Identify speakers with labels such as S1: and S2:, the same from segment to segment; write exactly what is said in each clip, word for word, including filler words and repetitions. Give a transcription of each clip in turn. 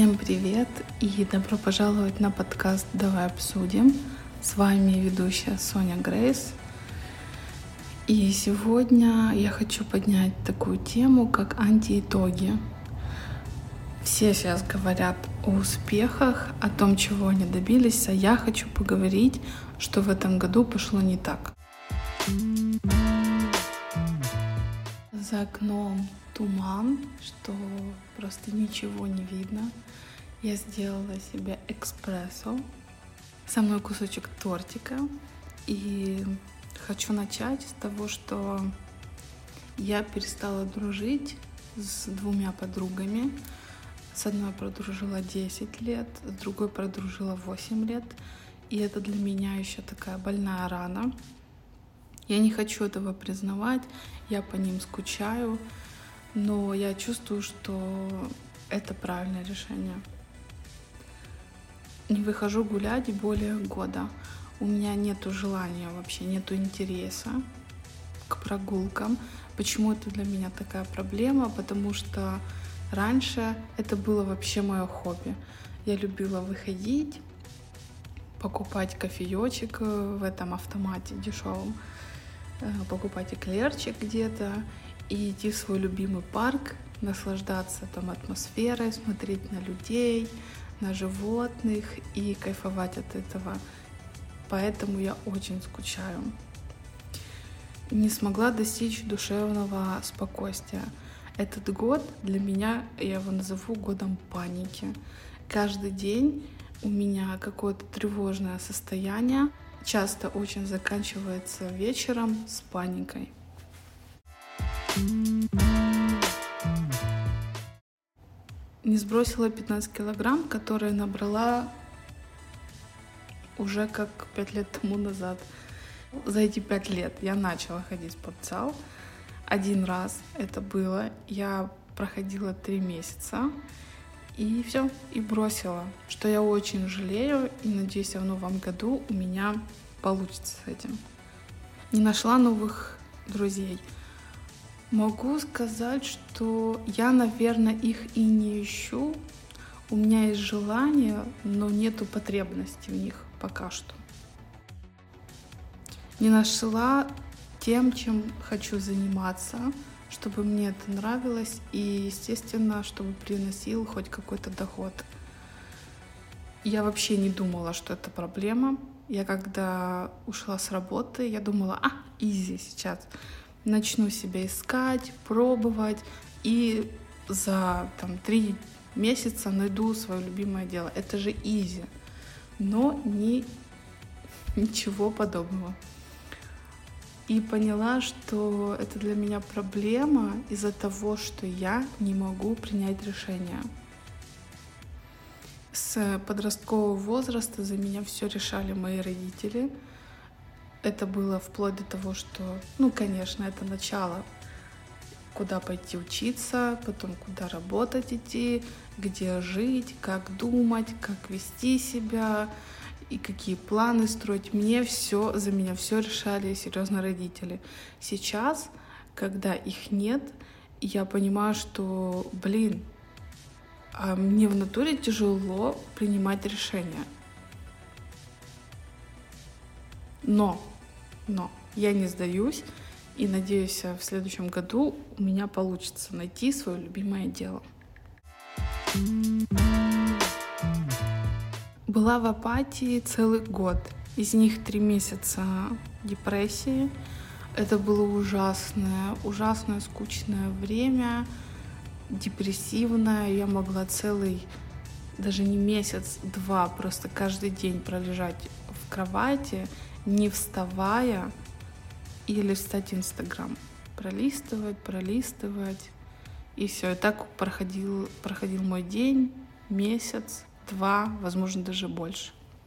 S1: Всем привет и добро пожаловать на подкаст «Давай обсудим». С вами ведущая Соня Грейс. И сегодня я хочу поднять такую тему, как антиитоги. Все сейчас говорят о успехах, о том, чего они добились, а я хочу поговорить, что в этом году пошло не так. За окном туман, что просто ничего не видно. Я сделала себе эспрессо, со мной кусочек тортика. И хочу начать с того, что я перестала дружить с двумя подругами. С одной продружила десять лет, с другой продружила восемь лет. И это для меня еще такая больная рана. Я не хочу этого признавать, я по ним скучаю, но я чувствую, что это правильное решение. Не выхожу гулять более года. У меня нету желания вообще, нету интереса к прогулкам. Почему это для меня такая проблема? Потому что раньше это было вообще мое хобби. Я любила выходить, покупать кофеечек в этом автомате дешевом, покупать эклерчик где-то и идти в свой любимый парк, наслаждаться там атмосферой, смотреть на людей, на животных и кайфовать от этого. Поэтому я очень скучаю. Не смогла достичь душевного спокойствия. Этот год для меня, я его назову годом паники. Каждый день у меня какое-то тревожное состояние, часто очень заканчивается вечером с паникой. Не сбросила пятнадцать килограмм, которые набрала уже как пять лет тому назад. За эти пять лет я начала ходить в спортзал. Один раз это было. Я проходила три месяца. И все, и бросила, что я очень жалею, и надеюсь, в новом году у меня получится с этим. Не нашла новых друзей. Могу сказать, что я, наверное, их и не ищу. У меня есть желание, но нету потребности в них пока что. Не нашла тем, чем хочу заниматься, чтобы мне это нравилось и, естественно, чтобы приносил хоть какой-то доход. Я вообще не думала, что это проблема. Я когда ушла с работы, я думала, а, изи сейчас. Начну себя искать, пробовать и за там, три месяца найду свое любимое дело. Это же изи. Но не, ничего подобного. И поняла, что это для меня проблема из-за того, что я не могу принять решение. С подросткового возраста за меня все решали мои родители. Это было вплоть до того, что, ну, конечно, это начало, куда пойти учиться, потом куда работать идти, где жить, как думать, как вести себя и какие планы строить. Мне все, за меня все решали серьезно родители. Сейчас, когда их нет, я понимаю, что, блин, а мне в натуре тяжело принимать решения. Но, но я не сдаюсь и надеюсь, в следующем году у меня получится найти свое любимое дело. Была в апатии целый год. Из них три месяца депрессии. Это было ужасное, ужасное, скучное время, депрессивное. Я могла целый, даже не месяц, два, просто каждый день пролежать в кровати, не вставая, и листать Инстаграм. Пролистывать, пролистывать. И все. И так проходил, проходил мой день, месяц, два, возможно, даже больше.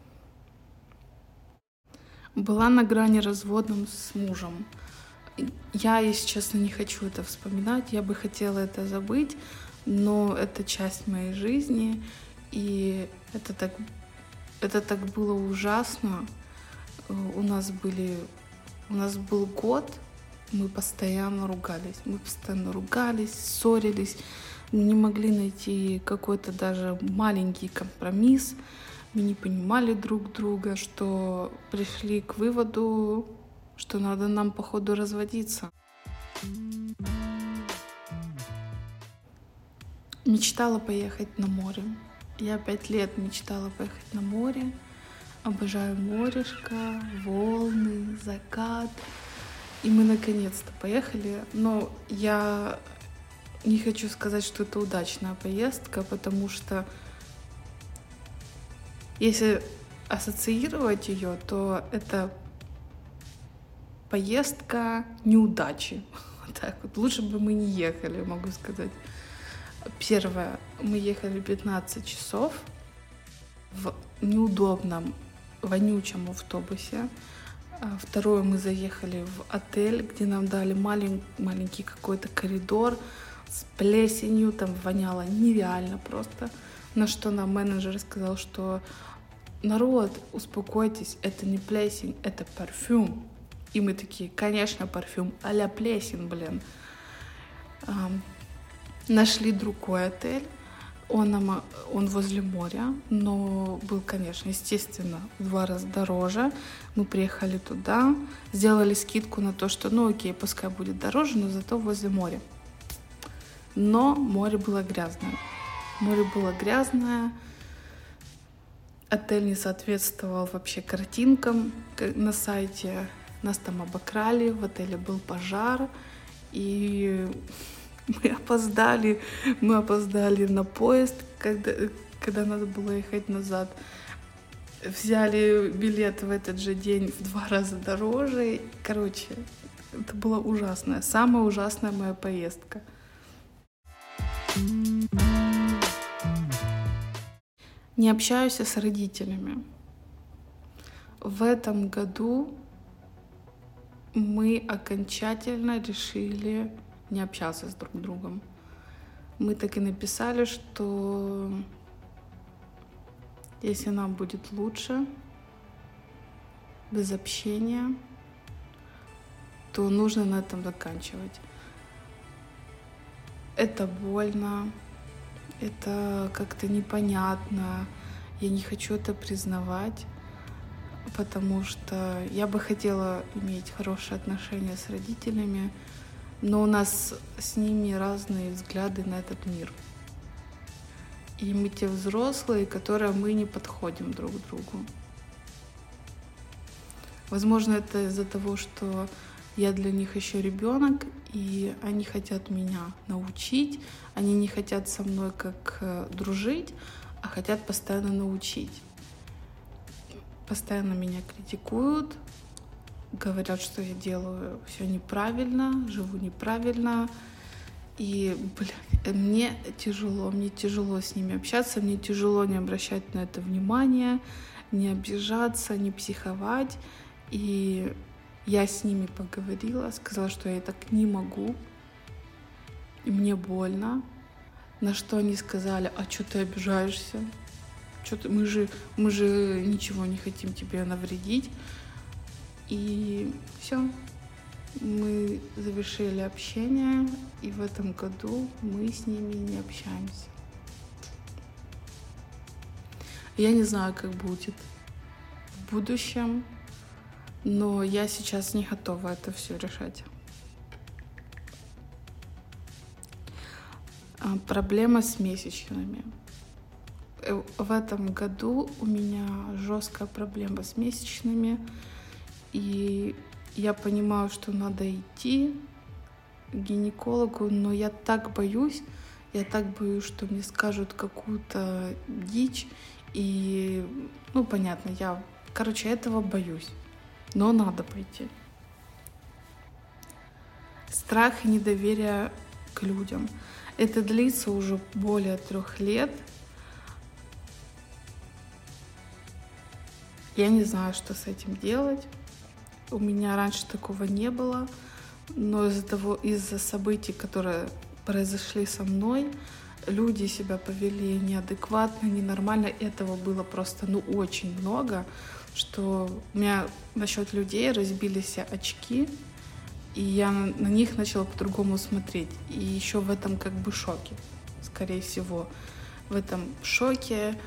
S1: Была на грани разводом с мужем. Я, если честно, не хочу это вспоминать. Я бы хотела это забыть, но это часть моей жизни. И это так, это так было ужасно. У нас были, у нас был год, мы постоянно ругались. Мы постоянно ругались, ссорились. Мы не могли найти какой-то даже маленький компромисс. Мы не понимали друг друга, что пришли к выводу, что надо нам, походу, разводиться. Мечтала поехать на море. Я пять лет мечтала поехать на море. Обожаю морешко, волны, закат. И мы наконец-то поехали. Но я не хочу сказать, что это удачная поездка, потому что если ассоциировать ее, то это поездка неудачи. Вот так вот. Лучше бы мы не ехали, могу сказать. Первое, мы ехали пятнадцать часов в неудобном, вонючем автобусе. Второе, мы заехали в отель, где нам дали малень, маленький какой-то коридор с плесенью, там воняло нереально просто. На что нам менеджер сказал, что народ, успокойтесь, это не плесень, это парфюм. И мы такие, конечно, парфюм а-ля плесень, блин. Нашли другой отель, он, нам, он возле моря, но был, конечно, естественно, в два раза дороже. Мы приехали туда, сделали скидку на то, что, ну окей, пускай будет дороже, но зато возле моря. Но море было грязное. Море было грязное, отель не соответствовал вообще картинкам на сайте. Нас там обокрали, в отеле был пожар, и... Мы опоздали, мы опоздали на поезд, когда, когда надо было ехать назад. Взяли билет в этот же день в два раза дороже. Короче, это была ужасная, самая ужасная моя поездка. Не общаюсь с родителями. В этом году мы окончательно решили не общаться с друг другом. Мы так и написали, что если нам будет лучше без общения, то нужно на этом заканчивать. Это больно, это как-то непонятно, я не хочу это признавать, потому что я бы хотела иметь хорошие отношения с родителями, но у нас с ними разные взгляды на этот мир. И мы те взрослые, которые мы не подходим друг к другу. Возможно, это из-за того, что я для них еще ребенок, и они хотят меня научить, они не хотят со мной как дружить, а хотят постоянно научить. Постоянно меня критикуют, говорят, что я делаю все неправильно, живу неправильно. И, блин, мне тяжело, мне тяжело с ними общаться, мне тяжело не обращать на это внимания, не обижаться, не психовать. И я с ними поговорила, сказала, что я так не могу, и мне больно. На что они сказали: а что ты обижаешься? Что ты? Мы же, мы же ничего не хотим тебе навредить. И все, мы завершили общение, и в этом году мы с ними не общаемся. Я не знаю, как будет в будущем, но я сейчас не готова это все решать. Проблема с месячными. В этом году у меня жесткая проблема с месячными. И я понимаю, что надо идти к гинекологу, но я так боюсь, я так боюсь, что мне скажут какую-то дичь. И, ну, понятно, я, короче, этого боюсь, но надо пойти. Страх и недоверие к людям. Это длится уже более трех лет. Я не знаю, что с этим делать. У меня раньше такого не было, но из-за того, из-за событий, которые произошли со мной, люди себя повели неадекватно, ненормально. Этого было просто, ну, очень много, что у меня насчет людей разбились очки, и я на них начала по-другому смотреть. И еще в этом как бы шоке скорее всего, в этом шоке,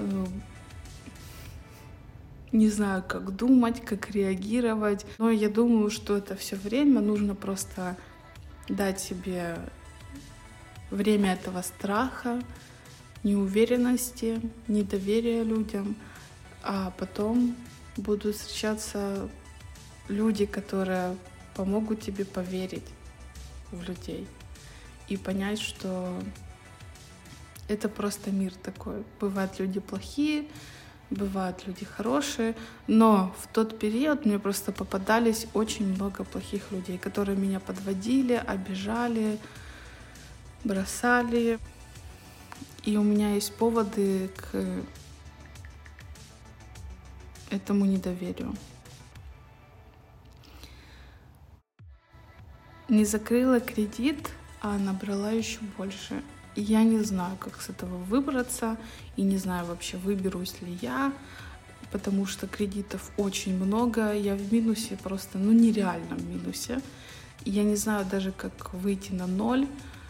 S1: не знаю, как думать, как реагировать. Но я думаю, что это все время нужно просто дать себе время этого страха, неуверенности, недоверия людям, а потом будут встречаться люди, которые помогут тебе поверить в людей и понять, что это просто мир такой. Бывают люди плохие, бывают люди хорошие, но в тот период мне просто попадались очень много плохих людей, которые меня подводили, обижали, бросали. И у меня есть поводы к этому недоверию. Не закрыла кредит, а набрала еще больше. И я не знаю, как с этого выбраться, и не знаю вообще, выберусь ли я, потому что кредитов очень много, я в минусе просто, ну нереальном минусе. И я не знаю даже, как выйти на ноль,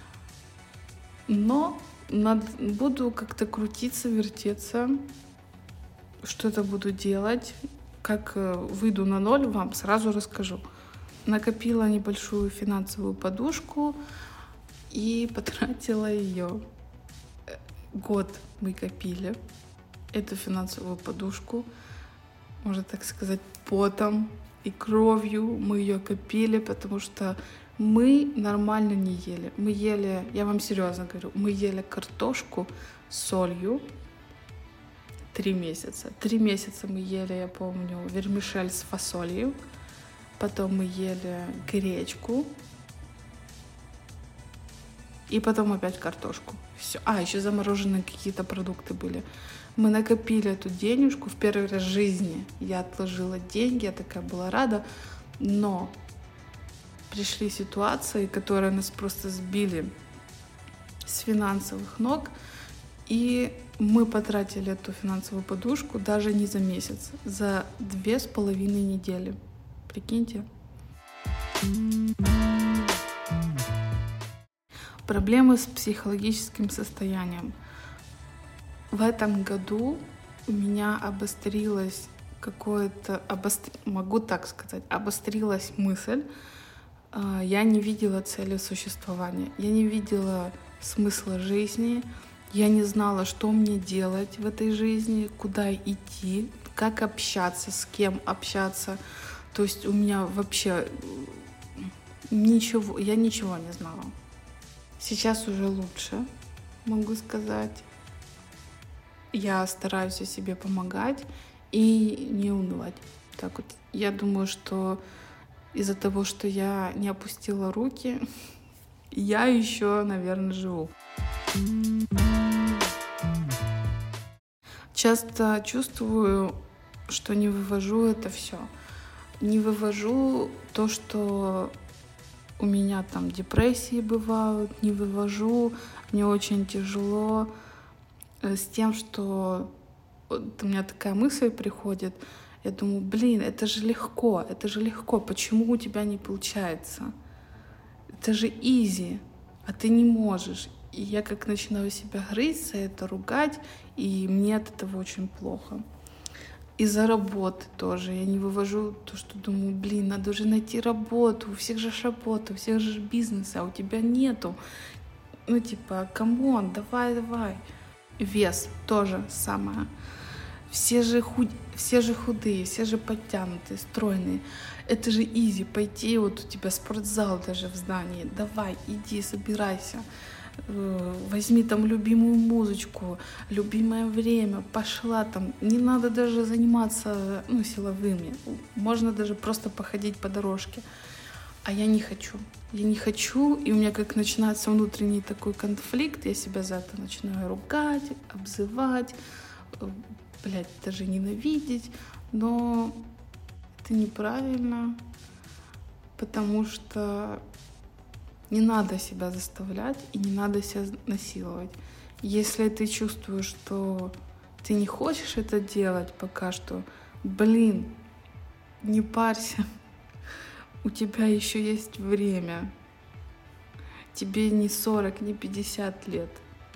S1: но над... буду как-то крутиться, вертеться, что-то буду делать. Как выйду на ноль, вам сразу расскажу. Накопила небольшую финансовую подушку и потратила ее. Год мы копили эту финансовую подушку, можно так сказать, потом и кровью мы ее копили, потому что мы нормально не ели. Мы ели, я вам серьезно говорю, мы ели картошку с солью три месяца. Три месяца мы ели, я помню, вермишель с фасолью. Потом мы ели гречку. И потом опять картошку. Все. А, еще замороженные какие-то продукты были. Мы накопили эту денежку. В первый раз в жизни я отложила деньги. Я такая была рада. Но пришли ситуации, которые нас просто сбили с финансовых ног. И мы потратили эту финансовую подушку даже не за месяц. За две с половиной недели. Прикиньте. Проблемы с психологическим состоянием. В этом году у меня обострилась какое-то, обостр... могу так сказать, обострилась мысль. Я не видела цели существования, я не видела смысла жизни, я не знала, что мне делать в этой жизни, куда идти, как общаться, с кем общаться. То есть у меня вообще ничего, я ничего не знала. Сейчас уже лучше, могу сказать. Я стараюсь о себе помогать и не унывать. Так вот, я думаю, что из-за того, что я не опустила руки, я еще, наверное, живу. Часто чувствую, что не вывожу это все. Не вывожу то, что у меня там депрессии бывают, не вывожу, мне очень тяжело с тем, что вот у меня такая мысль приходит, я думаю, блин, это же легко, это же легко, почему у тебя не получается? Это же изи, а ты не можешь. И я как начинаю себя грызть за это, ругать, и мне от этого очень плохо. Из-за работы тоже. Я не вывожу то, что думаю, блин, надо же найти работу. У всех же работа, у всех же бизнес, а у тебя нету. Ну, типа, камон, давай, давай. Вес тоже самое. Все же, худ... все же худые, все же подтянутые, стройные. Это же изи, пойти, вот у тебя спортзал даже в здании. Давай, иди, собирайся. Возьми там любимую музычку, любимое время, пошла там. Не надо даже заниматься ну, силовыми. Можно даже просто походить по дорожке. А я не хочу. Я не хочу, и у меня как начинается внутренний такой конфликт, я себя за это начинаю ругать, обзывать, блядь, даже ненавидеть. Но это неправильно, потому что не надо себя заставлять и не надо себя насиловать. Если ты чувствуешь, что ты не хочешь это делать пока что, блин, не парься. У тебя еще есть время. Тебе не сорок, не пятьдесят лет.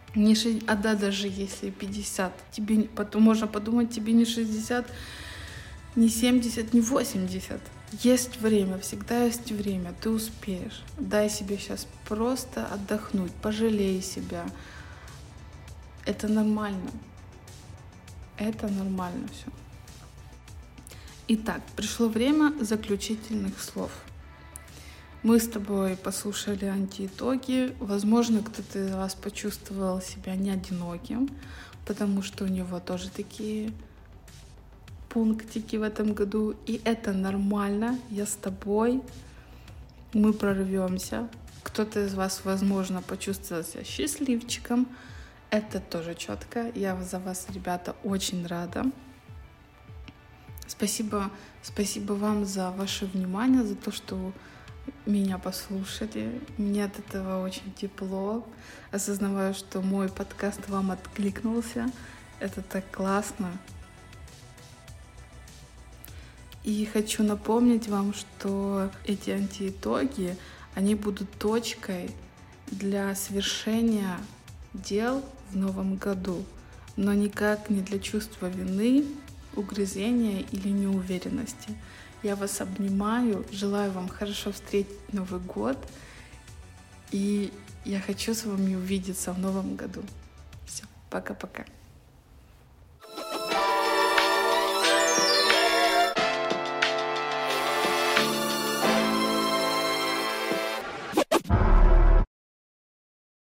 S1: Не ши- А да, даже если пятьдесят, тебе не- потом можно подумать, тебе не шестьдесят, не семьдесят, не восемьдесят. Есть время, всегда есть время, ты успеешь. Дай себе сейчас просто отдохнуть, пожалей себя. Это нормально. Это нормально все. Итак, пришло время заключительных слов. Мы с тобой послушали антиитоги. Возможно, кто-то из вас почувствовал себя не одиноким, потому что у него тоже такие пунктики в этом году. И это нормально. Я с тобой. Мы прорвемся. Кто-то из вас, возможно, почувствовал себя счастливчиком. Это тоже четко. Я за вас, ребята, очень рада. Спасибо, спасибо вам за ваше внимание, за то, что меня послушали. Мне от этого очень тепло. Осознаваю, что мой подкаст вам откликнулся. Это так классно. И хочу напомнить вам, что эти антиитоги, они будут точкой для свершения дел в новом году, но никак не для чувства вины, угрызения или неуверенности. Я вас обнимаю, желаю вам хорошо встретить Новый год, и я хочу с вами увидеться в новом году. Все, пока-пока.